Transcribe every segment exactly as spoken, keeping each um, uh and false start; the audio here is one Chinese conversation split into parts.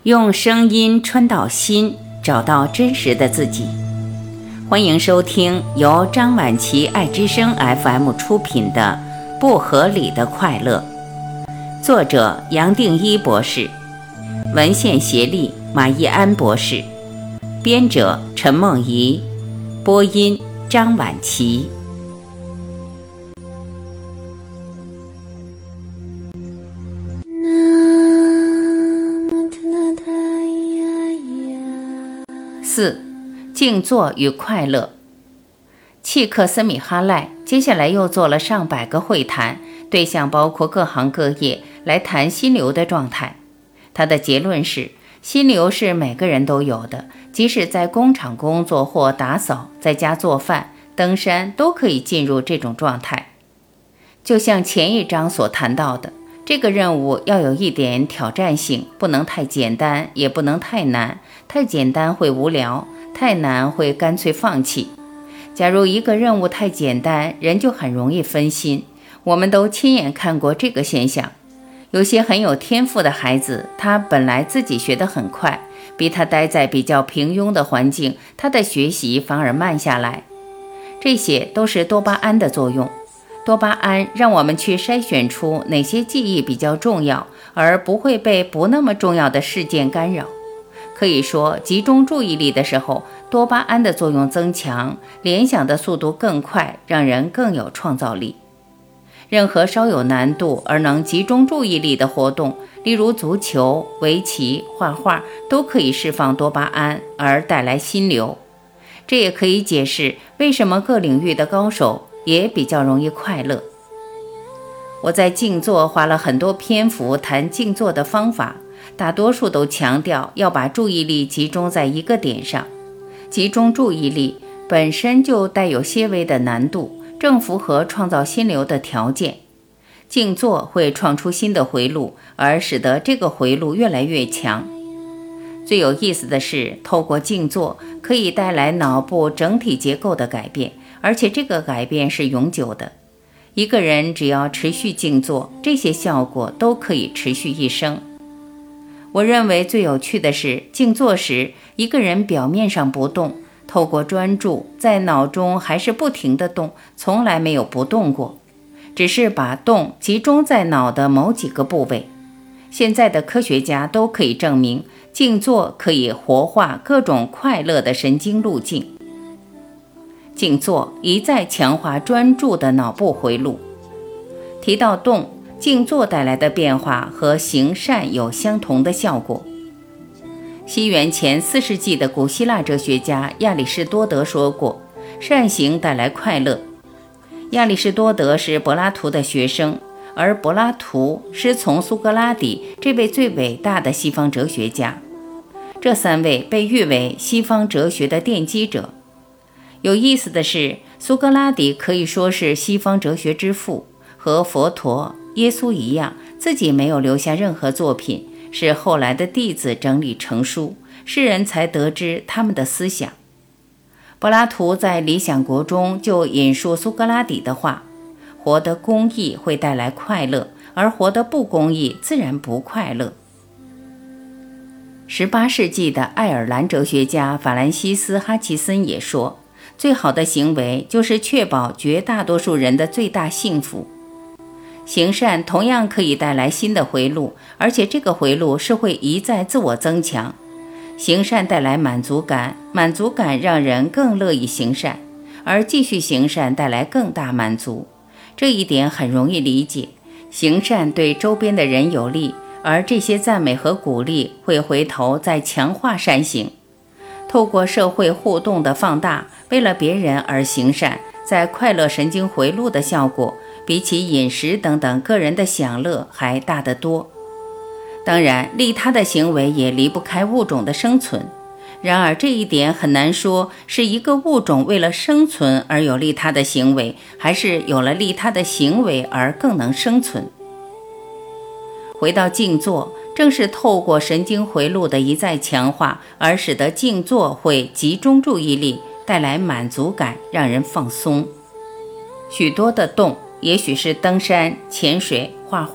用声音穿到心，找到真实的自己。欢迎收听由张晚琪爱之声 F M 出品的《不合理的快乐》，作者杨定一博士，文献协力马义安博士，编者陈梦怡，播音张晚琪。四、静坐与快乐。契克斯米哈赖接下来又做了上百个会谈，对象包括各行各业，来谈心流的状态。他的结论是，心流是每个人都有的，即使在工厂工作或打扫，在家做饭、登山，都可以进入这种状态。就像前一章所谈到的，这个任务要有一点挑战性，不能太简单，也不能太难。太简单会无聊，太难会干脆放弃。假如一个任务太简单，人就很容易分心。我们都亲眼看过这个现象。有些很有天赋的孩子，他本来自己学得很快，比他待在比较平庸的环境，他的学习反而慢下来。这些都是多巴胺的作用。多巴胺让我们去筛选出哪些记忆比较重要，而不会被不那么重要的事件干扰。可以说，集中注意力的时候，多巴胺的作用增强，联想的速度更快，让人更有创造力。任何稍有难度而能集中注意力的活动，例如足球、围棋、画画，都可以释放多巴胺而带来心流。这也可以解释为什么各领域的高手也比较容易快乐。我在静坐花了很多篇幅谈静坐的方法，大多数都强调要把注意力集中在一个点上。集中注意力本身就带有些微的难度，正符合创造心流的条件。静坐会创出新的回路，而使得这个回路越来越强。最有意思的是，透过静坐可以带来脑部整体结构的改变，而且这个改变是永久的。一个人只要持续静坐，这些效果都可以持续一生。我认为最有趣的是，静坐时一个人表面上不动，透过专注在脑中还是不停地动，从来没有不动过，只是把动集中在脑的某几个部位。现在的科学家都可以证明，静坐可以活化各种快乐的神经路径。静坐一再强化专注的脑部回路。提到动，静坐带来的变化和行善有相同的效果。西元前四世纪的古希腊哲学家亚里士多德说过，善行带来快乐。亚里士多德是柏拉图的学生，而柏拉图师从苏格拉底这位最伟大的西方哲学家。这三位被誉为西方哲学的奠基者。有意思的是，苏格拉底可以说是西方哲学之父，和佛陀、耶稣一样，自己没有留下任何作品，是后来的弟子整理成书，世人才得知他们的思想。柏拉图在《理想国》中就引述苏格拉底的话：活得公义会带来快乐，而活得不公义自然不快乐。十八世纪的爱尔兰哲学家法兰西斯·哈奇森也说，最好的行为就是确保绝大多数人的最大幸福。行善同样可以带来新的回路，而且这个回路是会一再自我增强。行善带来满足感，满足感让人更乐意行善，而继续行善带来更大满足。这一点很容易理解，行善对周边的人有利，而这些赞美和鼓励会回头再强化善行。透过社会互动的放大，为了别人而行善，在快乐神经回路的效果，比起饮食等等个人的享乐还大得多。当然，利他的行为也离不开物种的生存。然而这一点很难说是一个物种为了生存而有利他的行为，还是有了利他的行为而更能生存。回到静坐，正是透过神经回路的一再强化，而使得静坐会集中注意力，带来满足感，让人放松。许多的动，也许是登山、潜水、画画、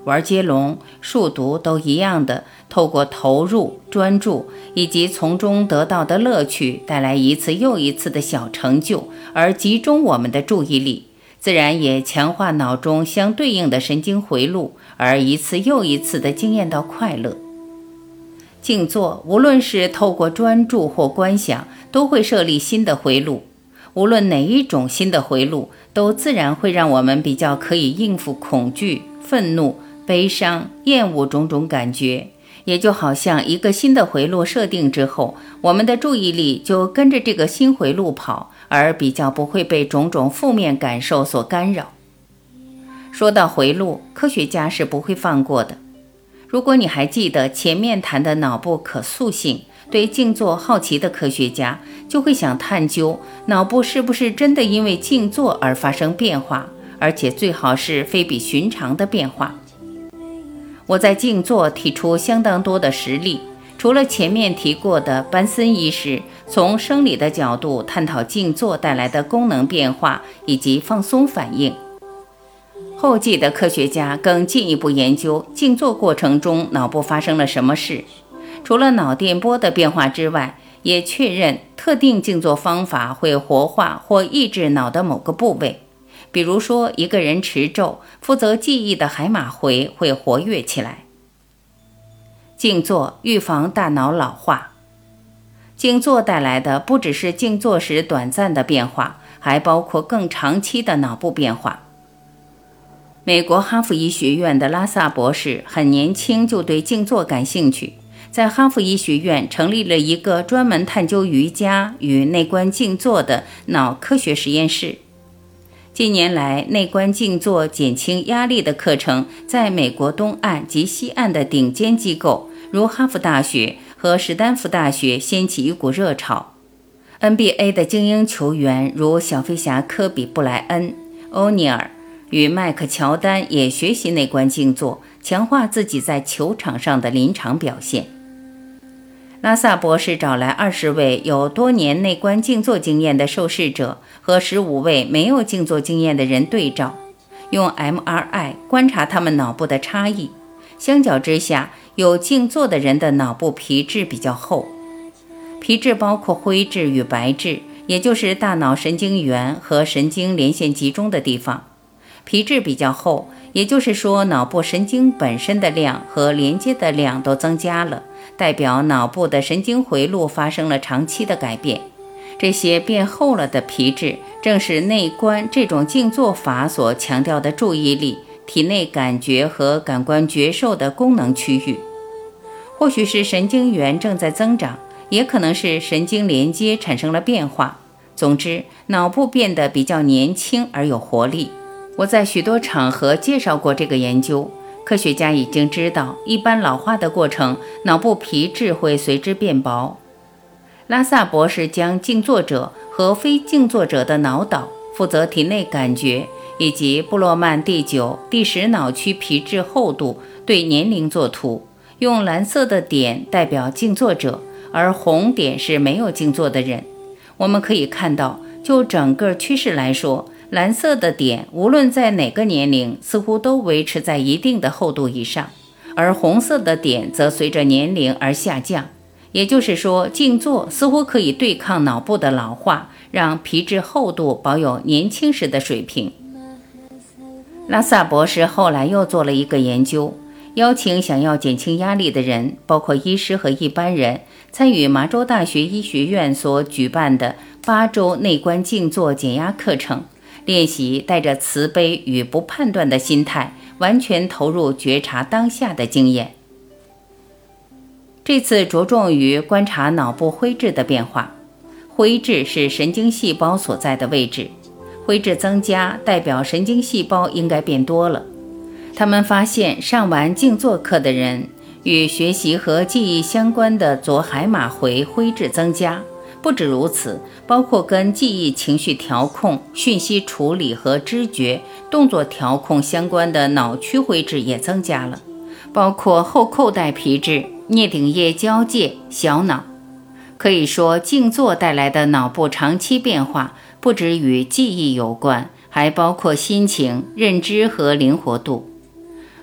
玩接龙、数独都一样的，透过投入、专注以及从中得到的乐趣，带来一次又一次的小成就，而集中我们的注意力，自然也强化脑中相对应的神经回路，而一次又一次地经验到快乐。静坐无论是透过专注或观想，都会设立新的回路，无论哪一种新的回路，都自然会让我们比较可以应付恐惧、愤怒、悲伤、厌恶种种感觉。也就好像一个新的回路设定之后，我们的注意力就跟着这个新回路跑，而比较不会被种种负面感受所干扰。说到回路，科学家是不会放过的。如果你还记得前面谈的脑部可塑性，对静坐好奇的科学家就会想探究脑部是不是真的因为静坐而发生变化，而且最好是非比寻常的变化。我在静坐提出相当多的实例，除了前面提过的班森医师从生理的角度探讨静坐带来的功能变化以及放松反应，后继的科学家更进一步研究静坐过程中脑部发生了什么事，除了脑电波的变化之外，也确认特定静坐方法会活化或抑制脑的某个部位。比如说，一个人持咒，负责记忆的海马回会活跃起来。静坐预防大脑老化。静坐带来的不只是静坐时短暂的变化，还包括更长期的脑部变化。美国哈佛医学院的拉萨博士很年轻就对静坐感兴趣，在哈佛医学院成立了一个专门探究瑜伽与内观静坐的脑科学实验室。近年来，内观静坐减轻压力的课程在美国东岸及西岸的顶尖机构，如哈佛大学和史丹福大学掀起一股热潮。N B A 的精英球员如小飞侠科比·布莱恩、欧尼尔与麦克·乔丹也学习内观静坐，强化自己在球场上的临场表现。拉萨博士找来二十位有多年内观静坐经验的受试者和十五位没有静坐经验的人对照，用 M R I 观察他们脑部的差异。相较之下，有静坐的人的脑部皮质比较厚。皮质包括灰质与白质，也就是大脑神经元和神经连线集中的地方。皮质比较厚，也就是说脑部神经本身的量和连接的量都增加了，代表脑部的神经回路发生了长期的改变。这些变厚了的皮质，正是内观这种静坐法所强调的注意力、体内感觉和感官觉受的功能区域。或许是神经元正在增长，也可能是神经连接产生了变化。总之，脑部变得比较年轻而有活力。我在许多场合介绍过这个研究，科学家已经知道，一般老化的过程，脑部皮质会随之变薄。拉萨博士将静坐者和非静坐者的脑岛、负责体内感觉以及布洛曼第九、第十脑区皮质厚度对年龄作图，用蓝色的点代表静坐者，而红点是没有静坐的人。我们可以看到，就整个趋势来说，蓝色的点无论在哪个年龄似乎都维持在一定的厚度以上，而红色的点则随着年龄而下降。也就是说，静坐似乎可以对抗脑部的老化，让皮质厚度保有年轻时的水平。拉萨博士后来又做了一个研究，邀请想要减轻压力的人，包括医师和一般人，参与麻州大学医学院所举办的八周内观静坐减压课程，练习带着慈悲与不判断的心态，完全投入觉察当下的经验。这次着重于观察脑部灰质的变化。灰质是神经细胞所在的位置，灰质增加代表神经细胞应该变多了。他们发现上完静坐课的人，与学习和记忆相关的左海马回灰质增加。不止如此，包括跟记忆、情绪调控、讯息处理和知觉、动作调控相关的脑区灰质也增加了，包括后扣带皮质、颞顶叶交界、小脑。可以说，静坐带来的脑部长期变化不只与记忆有关，还包括心情、认知和灵活度。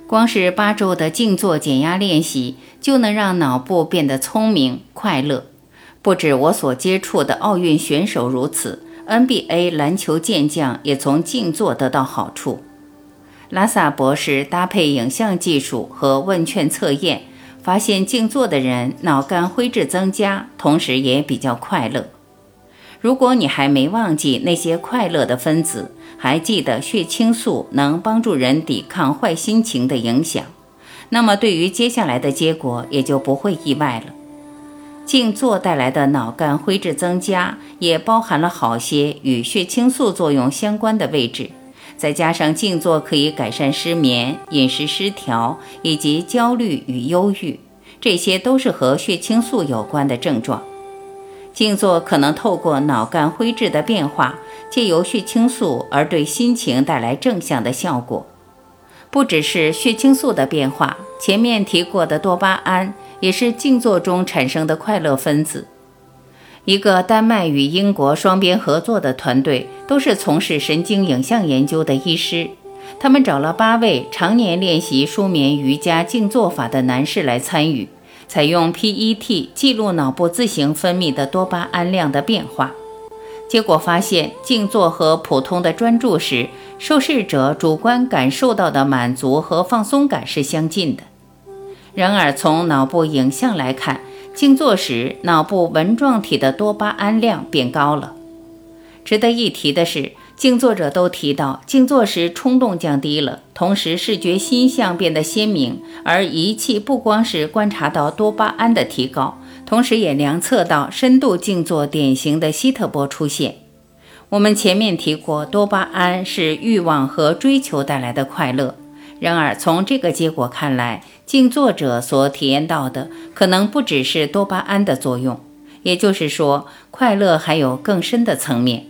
光是八周的静坐减压练习，就能让脑部变得聪明、快乐。不止我所接触的奥运选手如此， N B A 篮球健将也从静坐得到好处。拉萨博士搭配影像技术和问卷测验，发现静坐的人脑干灰质增加，同时也比较快乐。如果你还没忘记那些快乐的分子，还记得血清素能帮助人抵抗坏心情的影响，那么对于接下来的结果也就不会意外了。静坐带来的脑干灰质增加，也包含了好些与血清素作用相关的位置，再加上静坐可以改善失眠、饮食失调以及焦虑与忧郁，这些都是和血清素有关的症状。静坐可能透过脑干灰质的变化，借由血清素而对心情带来正向的效果。不只是血清素的变化，前面提过的多巴胺也是静坐中产生的快乐分子。一个丹麦与英国双边合作的团队，都是从事神经影像研究的医师。他们找了八位常年练习舒眠瑜伽静坐法的男士来参与，采用 P E T 记录脑部自行分泌的多巴胺量的变化。结果发现，静坐和普通的专注时，受试者主观感受到的满足和放松感是相近的。然而从脑部影像来看，静坐时脑部纹状体的多巴胺量变高了。值得一提的是，静坐者都提到静坐时冲动降低了，同时视觉心象变得鲜明，而仪器不光是观察到多巴胺的提高，同时也量测到深度静坐典型的希特波出现。我们前面提过，多巴胺是欲望和追求带来的快乐。然而从这个结果看来，静坐者所体验到的可能不只是多巴胺的作用，也就是说，快乐还有更深的层面。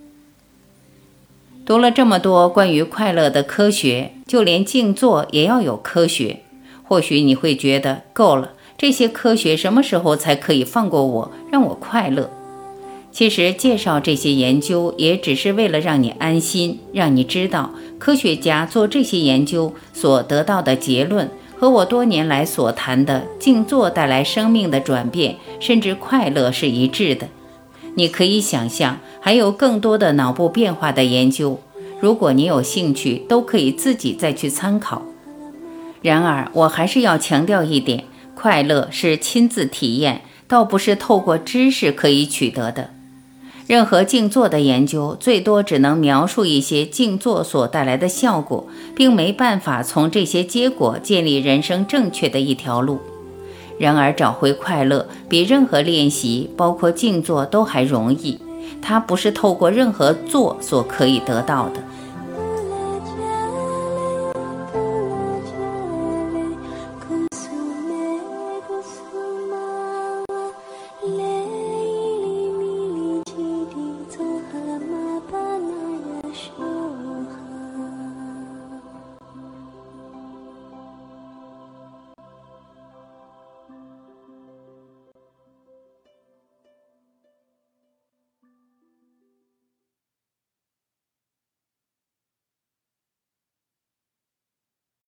读了这么多关于快乐的科学，就连静坐也要有科学。或许你会觉得够了，这些科学什么时候才可以放过我，让我快乐？其实介绍这些研究也只是为了让你安心，让你知道科学家做这些研究所得到的结论和我多年来所谈的静坐带来生命的转变甚至快乐是一致的。你可以想象还有更多的脑部变化的研究，如果你有兴趣都可以自己再去参考。然而我还是要强调一点，快乐是亲自体验，倒不是透过知识可以取得的。任何静坐的研究最多只能描述一些静坐所带来的效果，并没办法从这些结果建立人生正确的一条路。然而找回快乐比任何练习，包括静坐都还容易，它不是透过任何做所可以得到的。